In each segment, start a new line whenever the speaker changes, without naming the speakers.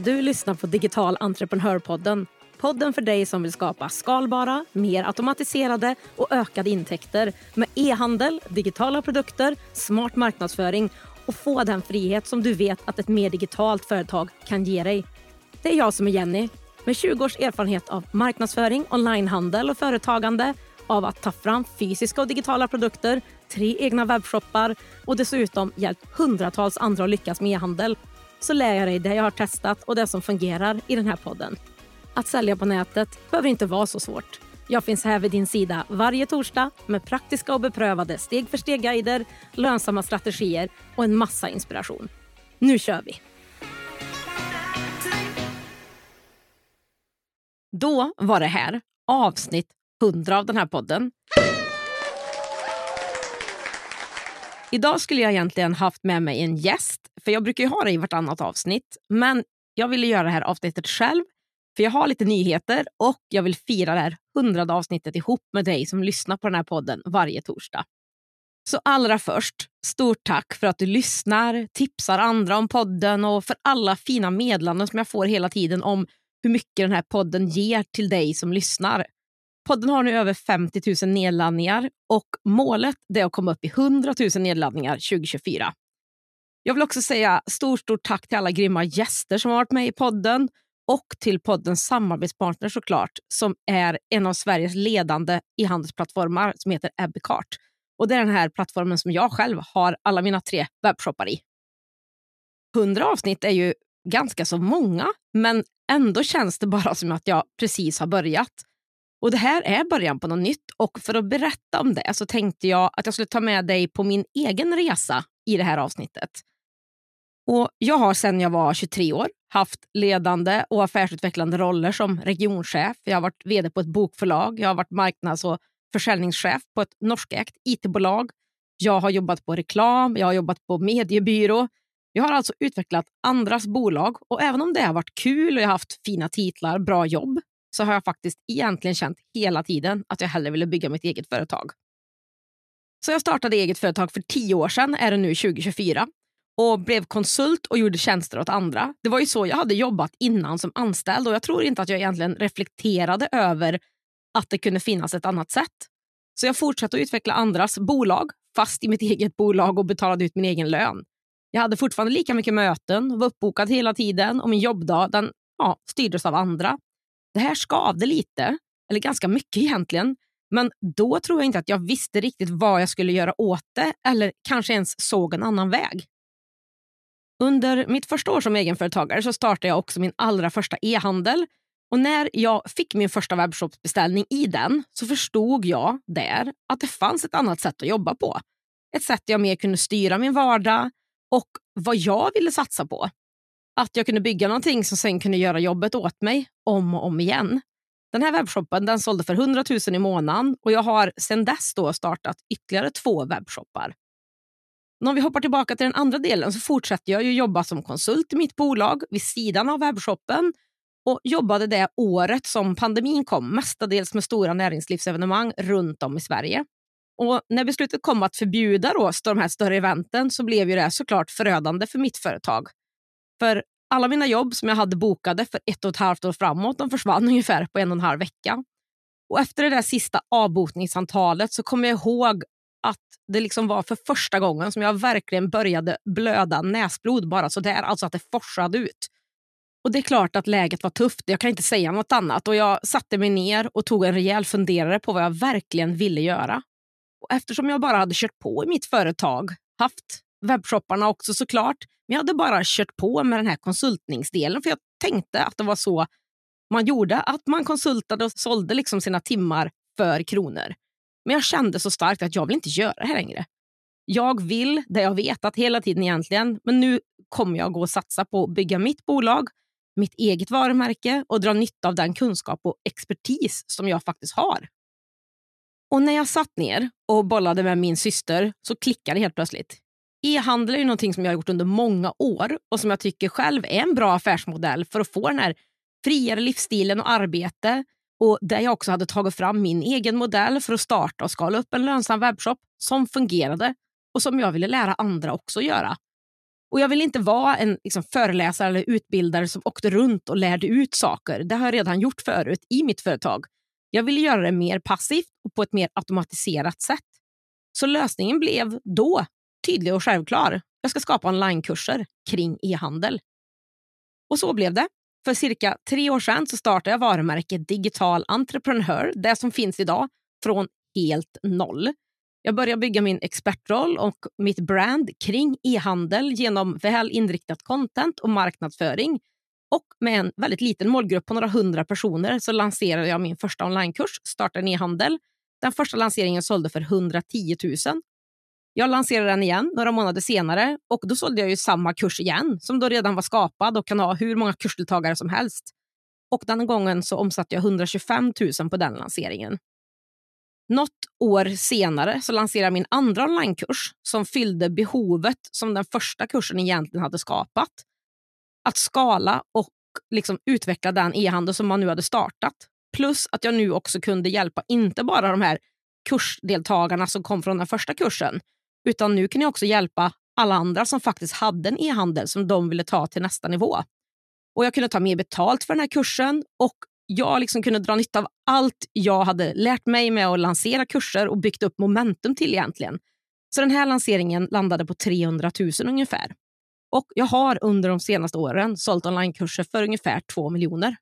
Du lyssnar på Digital Entreprenörpodden. Podden för dig som vill skapa skalbara, mer automatiserade och ökade intäkter med e-handel, digitala produkter, smart marknadsföring och få den frihet som du vet att ett mer digitalt företag kan ge dig. Det är jag som är Jenny, med 20 års erfarenhet av marknadsföring, onlinehandel och företagande, av att ta fram fysiska och digitala produkter, 3 egna webbshoppar och dessutom hjälpt hundratals andra att lyckas med e-handel. Så lär jag dig det jag har testat och det som fungerar i den här podden. Att sälja på nätet behöver inte vara så svårt. Jag finns här vid din sida varje torsdag med praktiska och beprövade steg-för-steg-guider, lönsamma strategier och en massa inspiration. Nu kör vi! Då var det här avsnitt 100 av den här podden. Idag skulle jag egentligen haft med mig en gäst, för jag brukar ju ha det i vartannat avsnitt. Men jag ville göra det här avsnittet själv, för jag har lite nyheter och jag vill fira det här 100:e avsnittet ihop med dig som lyssnar på den här podden varje torsdag. Så allra först, stort tack för att du lyssnar, tipsar andra om podden och för alla fina meddelanden som jag får hela tiden om hur mycket den här podden ger till dig som lyssnar. Podden har nu över 50 000 nedladdningar och målet är att komma upp i 100 000 nedladdningar 2024. Jag vill också säga stort tack till alla grymma gäster som har varit med i podden och till poddens samarbetspartner såklart, som är en av Sveriges ledande e-handelsplattformar som heter Ebbecart. Och det är den här plattformen som jag själv har alla mina 3 webbshoppar i. 100 avsnitt är ju ganska så många, men ändå känns det bara som att jag precis har börjat. Och det här är början på något nytt, och för att berätta om det så tänkte jag att jag skulle ta med dig på min egen resa i det här avsnittet. Och jag har sedan jag var 23 år haft ledande och affärsutvecklande roller som regionchef. Jag har varit vd på ett bokförlag, jag har varit marknads- och försäljningschef på ett norskägt IT-bolag. Jag har jobbat på reklam, jag har jobbat på mediebyrå. Jag har alltså utvecklat andras bolag, och även om det har varit kul och jag har haft fina titlar, bra jobb, så har jag faktiskt egentligen känt hela tiden att jag hellre ville bygga mitt eget företag. Så jag startade eget företag för 10 år sedan, är det nu 2024, och blev konsult och gjorde tjänster åt andra. Det var ju så jag hade jobbat innan som anställd, och jag tror inte att jag egentligen reflekterade över att det kunde finnas ett annat sätt. Så jag fortsatte att utveckla andras bolag, fast i mitt eget bolag, och betalade ut min egen lön. Jag hade fortfarande lika mycket möten, var uppbokad hela tiden, och min jobbdag den styrdes av andra. Det här skavde lite, eller ganska mycket egentligen, men då tror jag inte att jag visste riktigt vad jag skulle göra åt det, eller kanske ens såg en annan väg. Under mitt första år som egenföretagare så startade jag också min allra första e-handel, och när jag fick min första webbshopsbeställning i den så förstod jag där att det fanns ett annat sätt att jobba på. Ett sätt där jag mer kunde styra min vardag och vad jag ville satsa på. Att jag kunde bygga någonting som sen kunde göra jobbet åt mig om och om igen. Den här webbshoppen den sålde för 100 000 i månaden, och jag har sedan dess då startat ytterligare 2 webbshoppar. När vi hoppar tillbaka till den andra delen så fortsätter jag ju jobba som konsult i mitt bolag vid sidan av webbshoppen, och jobbade det året som pandemin kom, mestadels med stora näringslivsevenemang runt om i Sverige. Och när beslutet kom att förbjuda då de här större eventen så blev ju det såklart förödande för mitt företag. För alla mina jobb som jag hade bokade för 1,5 år framåt, de försvann ungefär på 1,5 vecka. Och efter det där sista avbokningsantalet så kom jag ihåg att det liksom var för första gången som jag verkligen började blöda näsblod bara så där, alltså att det forsade ut. Och det är klart att läget var tufft, jag kan inte säga något annat, och jag satte mig ner och tog en rejäl funderare på vad jag verkligen ville göra. Och eftersom jag bara hade kört på i mitt företag, haft webbshopparna också såklart, men jag hade bara kört på med den här konsultningsdelen, för jag tänkte att det var så man gjorde, att man konsultade och sålde liksom sina timmar för kronor. Men jag kände så starkt att jag vill inte göra det här längre. Jag vill det jag vet att hela tiden egentligen, men nu kommer jag gå och satsa på att bygga mitt bolag, mitt eget varumärke och dra nytta av den kunskap och expertis som jag faktiskt har. Och när jag satt ner och bollade med min syster så klickade det helt plötsligt. E-handel är ju någonting som jag har gjort under många år och som jag tycker själv är en bra affärsmodell för att få den här friare livsstilen och arbete, och där jag också hade tagit fram min egen modell för att starta och skala upp en lönsam webbshop som fungerade och som jag ville lära andra också göra. Och jag vill inte vara en föreläsare eller utbildare som åkte runt och lärde ut saker. Det har jag redan gjort förut i mitt företag. Jag ville göra det mer passivt och på ett mer automatiserat sätt. Så lösningen blev då tydlig och självklar. Jag ska skapa onlinekurser kring e-handel. Och så blev det. För cirka 3 år sedan så startade jag varumärket Digital Entreprenör, det som finns idag, från helt noll. Jag började bygga min expertroll och mitt brand kring e-handel genom väl inriktat content och marknadsföring. Och med en väldigt liten målgrupp på några 100 personer så lanserade jag min första onlinekurs, Starta en e-handel. Den första lanseringen sålde för 110 000. Jag lanserade den igen några månader senare och då sålde jag ju samma kurs igen som då redan var skapad och kan ha hur många kursdeltagare som helst. Och den gången så omsatte jag 125 000 på den lanseringen. Något år senare så lanserade jag min andra onlinekurs som fyllde behovet som den första kursen egentligen hade skapat. Att skala och utveckla den e-handel som man nu hade startat. Plus att jag nu också kunde hjälpa inte bara de här kursdeltagarna som kom från den första kursen, utan nu kan jag också hjälpa alla andra som faktiskt hade en e-handel som de ville ta till nästa nivå. Och jag kunde ta mer betalt för den här kursen och jag kunde dra nytta av allt jag hade lärt mig med att lansera kurser och byggt upp momentum till egentligen. Så den här lanseringen landade på 300 000 ungefär. Och jag har under de senaste åren sålt onlinekurser för ungefär 2 miljoner.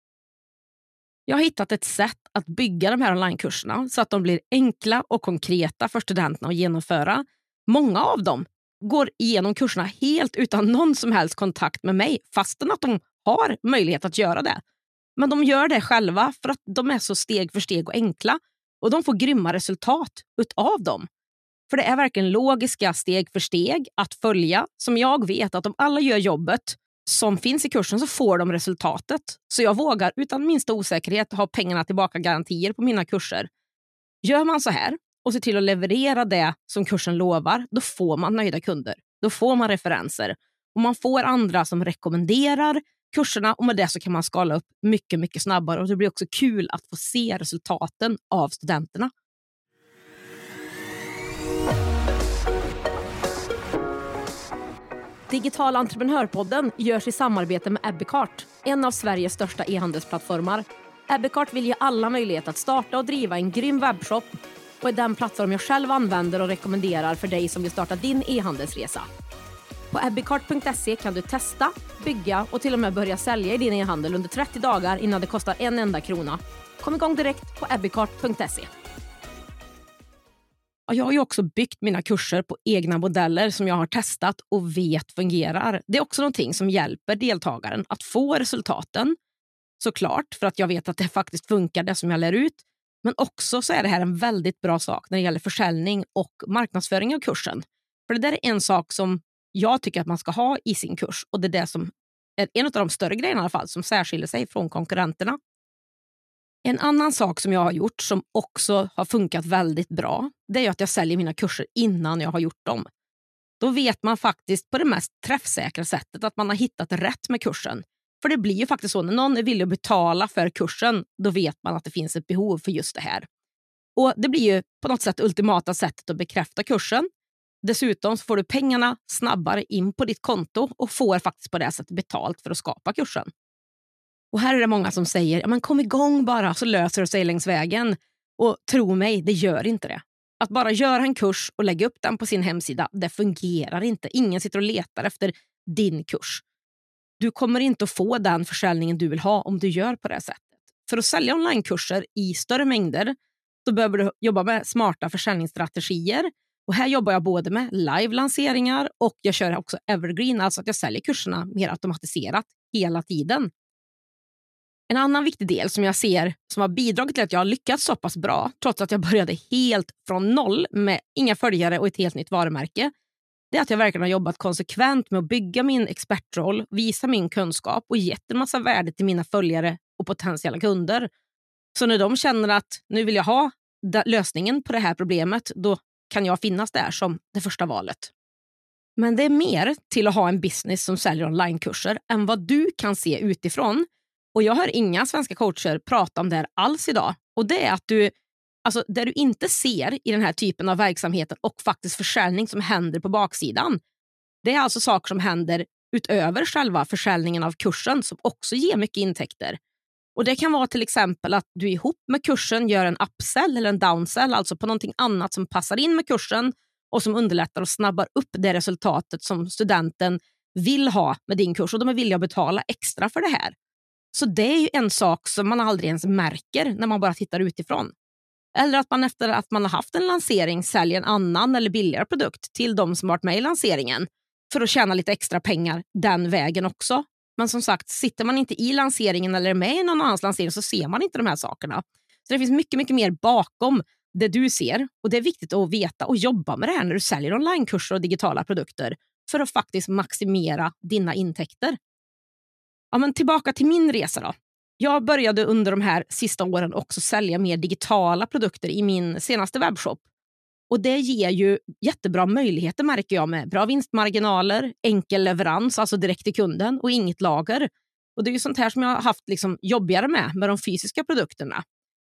Jag har hittat ett sätt att bygga de här onlinekurserna så att de blir enkla och konkreta för studenterna att genomföra. Många av dem går igenom kurserna helt utan någon som helst kontakt med mig, fastän att de har möjlighet att göra det. Men de gör det själva för att de är så steg för steg och enkla och de får grymma resultat utav dem. För det är verkligen logiska steg för steg att följa som jag vet att om alla gör jobbet som finns i kursen så får de resultatet. Så jag vågar utan minsta osäkerhet ha pengarna tillbaka garantier på mina kurser. Gör man så här och ser till att leverera det som kursen lovar, då får man nöjda kunder. Då får man referenser och man får andra som rekommenderar kurserna och med det så kan man skala upp mycket, mycket snabbare och det blir också kul att få se resultaten av studenterna. Digital Entreprenörpodden görs i samarbete med Ebbecart, en av Sveriges största e-handelsplattformar. Ebbecart vill ge alla möjlighet att starta och driva en grym webbshop och är den plattform jag själv använder och rekommenderar för dig som vill starta din e-handelsresa. På ebbecart.se kan du testa, bygga och till och med börja sälja i din e-handel under 30 dagar innan det kostar en enda krona. Kom igång direkt på ebbecart.se. Jag har ju också byggt mina kurser på egna modeller som jag har testat och vet fungerar. Det är också någonting som hjälper deltagaren att få resultaten. Såklart, för att jag vet att det faktiskt funkar det som jag lär ut. Men också så är det här en väldigt bra sak när det gäller försäljning och marknadsföring av kursen. För det där är en sak som jag tycker att man ska ha i sin kurs. Och det är det som är en av de större grejerna i alla fall som särskiljer sig från konkurrenterna. En annan sak som jag har gjort som också har funkat väldigt bra, det är att jag säljer mina kurser innan jag har gjort dem. Då vet man faktiskt på det mest träffsäkra sättet att man har hittat rätt med kursen. För det blir ju faktiskt så när någon är villig att betala för kursen, då vet man att det finns ett behov för just det här. Och det blir ju på något sätt ultimata sättet att bekräfta kursen. Dessutom så får du pengarna snabbare in på ditt konto och får faktiskt på det sättet betalt för att skapa kursen. Och här är det många som säger, ja men kom igång bara så löser det sig längs vägen. Och tro mig, det gör inte det. Att bara göra en kurs och lägga upp den på sin hemsida, det fungerar inte. Ingen sitter och letar efter din kurs. Du kommer inte att få den försäljningen du vill ha om du gör på det sättet. För att sälja onlinekurser i större mängder så behöver du jobba med smarta försäljningsstrategier. Och här jobbar jag både med live-lanseringar och jag kör också evergreen, alltså att jag säljer kurserna mer automatiserat hela tiden. En annan viktig del som jag ser som har bidragit till att jag har lyckats så pass bra, trots att jag började helt från noll med inga följare och ett helt nytt varumärke, det är att jag verkligen har jobbat konsekvent med att bygga min expertroll, visa min kunskap och gett en massa värde till mina följare och potentiella kunder. Så när de känner att nu vill jag ha lösningen på det här problemet, då kan jag finnas där som det första valet. Men det är mer till att ha en business som säljer onlinekurser än vad du kan se utifrån. Och jag hör inga svenska coacher prata om det här alls idag. Och det är att det du inte ser i den här typen av verksamheter och faktiskt försäljning som händer på baksidan. Det är alltså saker som händer utöver själva försäljningen av kursen som också ger mycket intäkter. Och det kan vara till exempel att du ihop med kursen gör en upsell eller en downsell, alltså på någonting annat som passar in med kursen och som underlättar och snabbar upp det resultatet som studenten vill ha med din kurs, och de är villiga att betala extra för det här. Så det är ju en sak som man aldrig ens märker när man bara tittar utifrån. Eller att man efter att man har haft en lansering säljer en annan eller billigare produkt till de som varit med i lanseringen för att tjäna lite extra pengar den vägen också. Men som sagt, sitter man inte i lanseringen eller är med i någon annans lansering så ser man inte de här sakerna. Så det finns mycket, mycket mer bakom det du ser, och det är viktigt att veta och jobba med det här när du säljer onlinekurser och digitala produkter för att faktiskt maximera dina intäkter. Ja, men tillbaka till min resa då. Jag började under de här sista åren också sälja mer digitala produkter i min senaste webbshop. Och det ger ju jättebra möjligheter, märker jag, med bra vinstmarginaler, enkel leverans, alltså direkt till kunden, och inget lager. Och det är ju sånt här som jag har haft liksom jobbigare med de fysiska produkterna.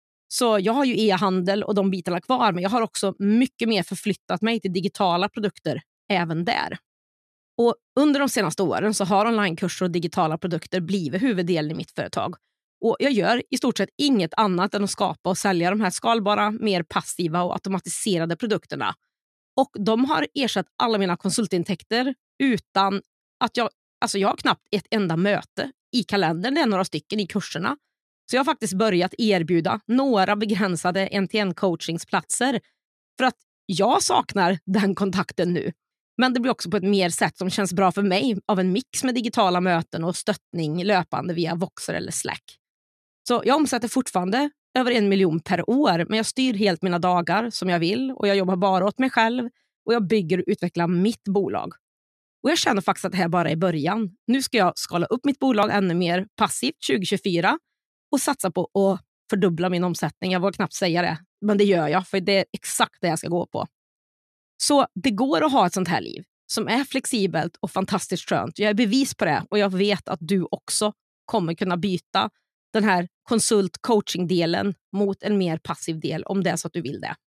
Så jag har ju e-handel och de bitarna kvar, men jag har också mycket mer förflyttat mig till digitala produkter även där. Och under de senaste åren så har onlinekurser och digitala produkter blivit huvuddelen i mitt företag. Och jag gör i stort sett inget annat än att skapa och sälja de här skalbara, mer passiva och automatiserade produkterna. Och de har ersatt alla mina konsultintäkter utan att jag har knappt ett enda möte i kalendern. Det är några stycken i kurserna. Så jag har faktiskt börjat erbjuda några begränsade NTN-coachingsplatser för att jag saknar den kontakten nu. Men det blir också på ett mer sätt som känns bra för mig av en mix med digitala möten och stöttning löpande via Voxer eller Slack. Så jag omsätter fortfarande över 1 miljon per år, men jag styr helt mina dagar som jag vill och jag jobbar bara åt mig själv och jag bygger och utvecklar mitt bolag. Och jag känner faktiskt att det här bara är början. Nu ska jag skala upp mitt bolag ännu mer passivt 2024 och satsa på att fördubbla min omsättning. Jag vågar knappt säga det, men det gör jag för det är exakt det jag ska gå på. Så det går att ha ett sånt här liv som är flexibelt och fantastiskt skönt. Jag är bevis på det och jag vet att du också kommer kunna byta den här konsult-coaching-delen mot en mer passiv del om det är så att du vill det.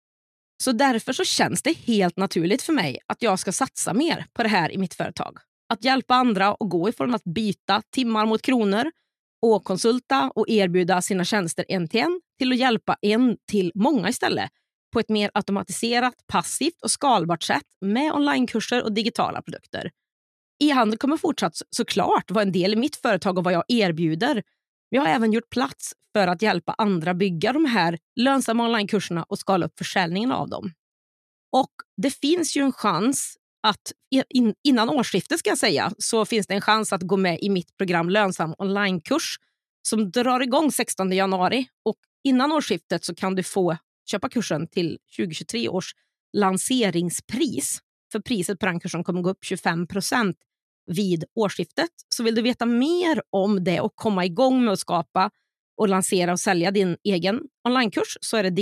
Så därför så känns det helt naturligt för mig att jag ska satsa mer på det här i mitt företag. Att hjälpa andra att gå ifrån att byta timmar mot kronor och konsulta och erbjuda sina tjänster en till en till att hjälpa en till många istället på ett mer automatiserat, passivt och skalbart sätt med onlinekurser och digitala produkter. E-handel kommer fortsatt såklart vara en del i mitt företag och vad jag erbjuder. Vi har även gjort plats för att hjälpa andra bygga de här lönsamma onlinekurserna och skala upp försäljningen av dem. Och det finns ju en chans att innan årsskiftet ska jag säga, så finns det en chans att gå med i mitt program Lönsam onlinekurs som drar igång 16 januari. Och innan årsskiftet så kan du få köpa kursen till 2023 års lanseringspris. För priset på den kursen kommer gå upp 25% vid årsskiftet. Så vill du veta mer om det och komma igång med att skapa och lansera och sälja din egen onlinekurs så är det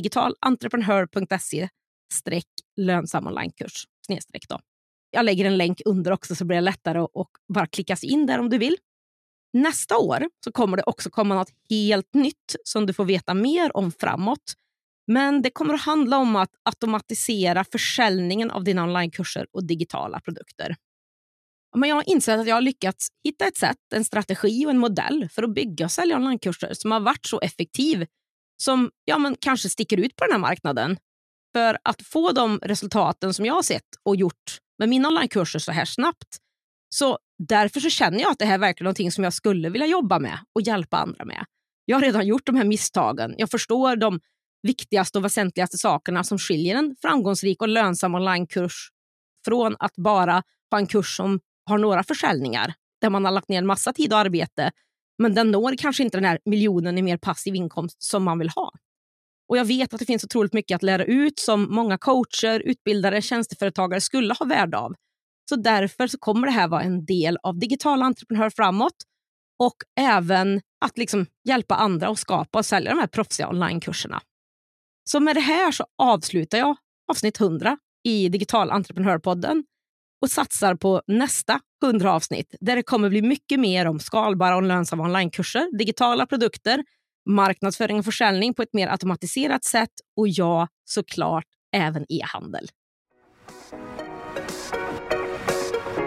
digitalentreprenör.se/lönsam onlinekurs /. Jag lägger en länk under också så blir det lättare att bara klickas in där om du vill. Nästa år så kommer det också komma något helt nytt som du får veta mer om framåt. Men det kommer att handla om att automatisera försäljningen av dina onlinekurser och digitala produkter. Men jag har insett att jag har lyckats hitta ett sätt, en strategi och en modell för att bygga och sälja onlinekurser som har varit så effektiv som kanske sticker ut på den här marknaden. För att få de resultaten som jag har sett och gjort med mina onlinekurser så här snabbt. Så därför så känner jag att det här är verkligen någonting som jag skulle vilja jobba med och hjälpa andra med. Jag har redan gjort de här misstagen. Jag förstår de viktigaste och väsentligaste sakerna som skiljer en framgångsrik och lönsam onlinekurs från att bara ha en kurs som har några försäljningar där man har lagt ner en massa tid och arbete men den når kanske inte den här miljonen i mer passiv inkomst som man vill ha. Och jag vet att det finns otroligt mycket att lära ut som många coacher, utbildare, tjänsteföretagare skulle ha värde av. Så därför så kommer det här vara en del av Digital Entreprenör framåt och även att hjälpa andra att skapa och sälja de här proffsiga onlinekurserna. Så med det här så avslutar jag avsnitt 100 i Digital Entreprenörpodden och satsar på nästa 100 avsnitt där det kommer bli mycket mer om skalbara och lönsamma onlinekurser, digitala produkter, marknadsföring och försäljning på ett mer automatiserat sätt och såklart även e-handel.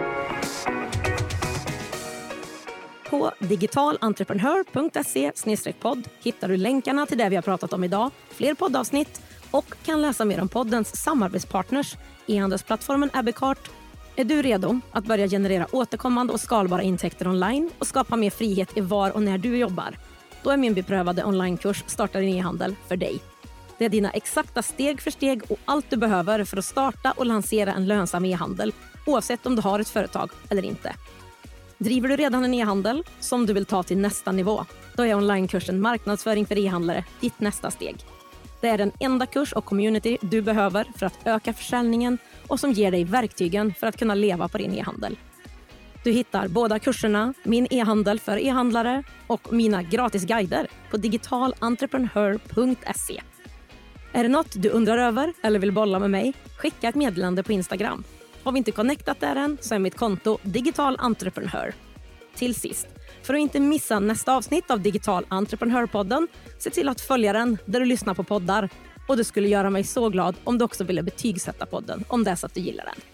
På digitalentreprenör.se/podd hittar du länkarna till det vi har pratat om idag, fler poddavsnitt och kan läsa mer om poddens samarbetspartners, e-handelsplattformen Abbeycart. Är du redo att börja generera återkommande och skalbara intäkter online och skapa mer frihet i var och när du jobbar? Då är min beprövade onlinekurs Starta din e-handel för dig. Det är dina exakta steg för steg och allt du behöver för att starta och lansera en lönsam e-handel, oavsett om du har ett företag eller inte. Driver du redan en e-handel som du vill ta till nästa nivå, då är onlinekursen Marknadsföring för e-handlare ditt nästa steg. Det är den enda kurs och community du behöver för att öka försäljningen och som ger dig verktygen för att kunna leva på din e-handel. Du hittar båda kurserna, min e-handel för e-handlare och mina gratis guider på digitalentreprenör.se. Är det något du undrar över eller vill bolla med mig? Skicka ett meddelande på Instagram. Har vi inte connectat där än så är mitt konto Digital Entreprenör. Till sist, för att inte missa nästa avsnitt av Digital Entreprenörpodden, se till att följa den där du lyssnar på poddar. Och det skulle göra mig så glad om du också ville betygsätta podden om det är så att du gillar den.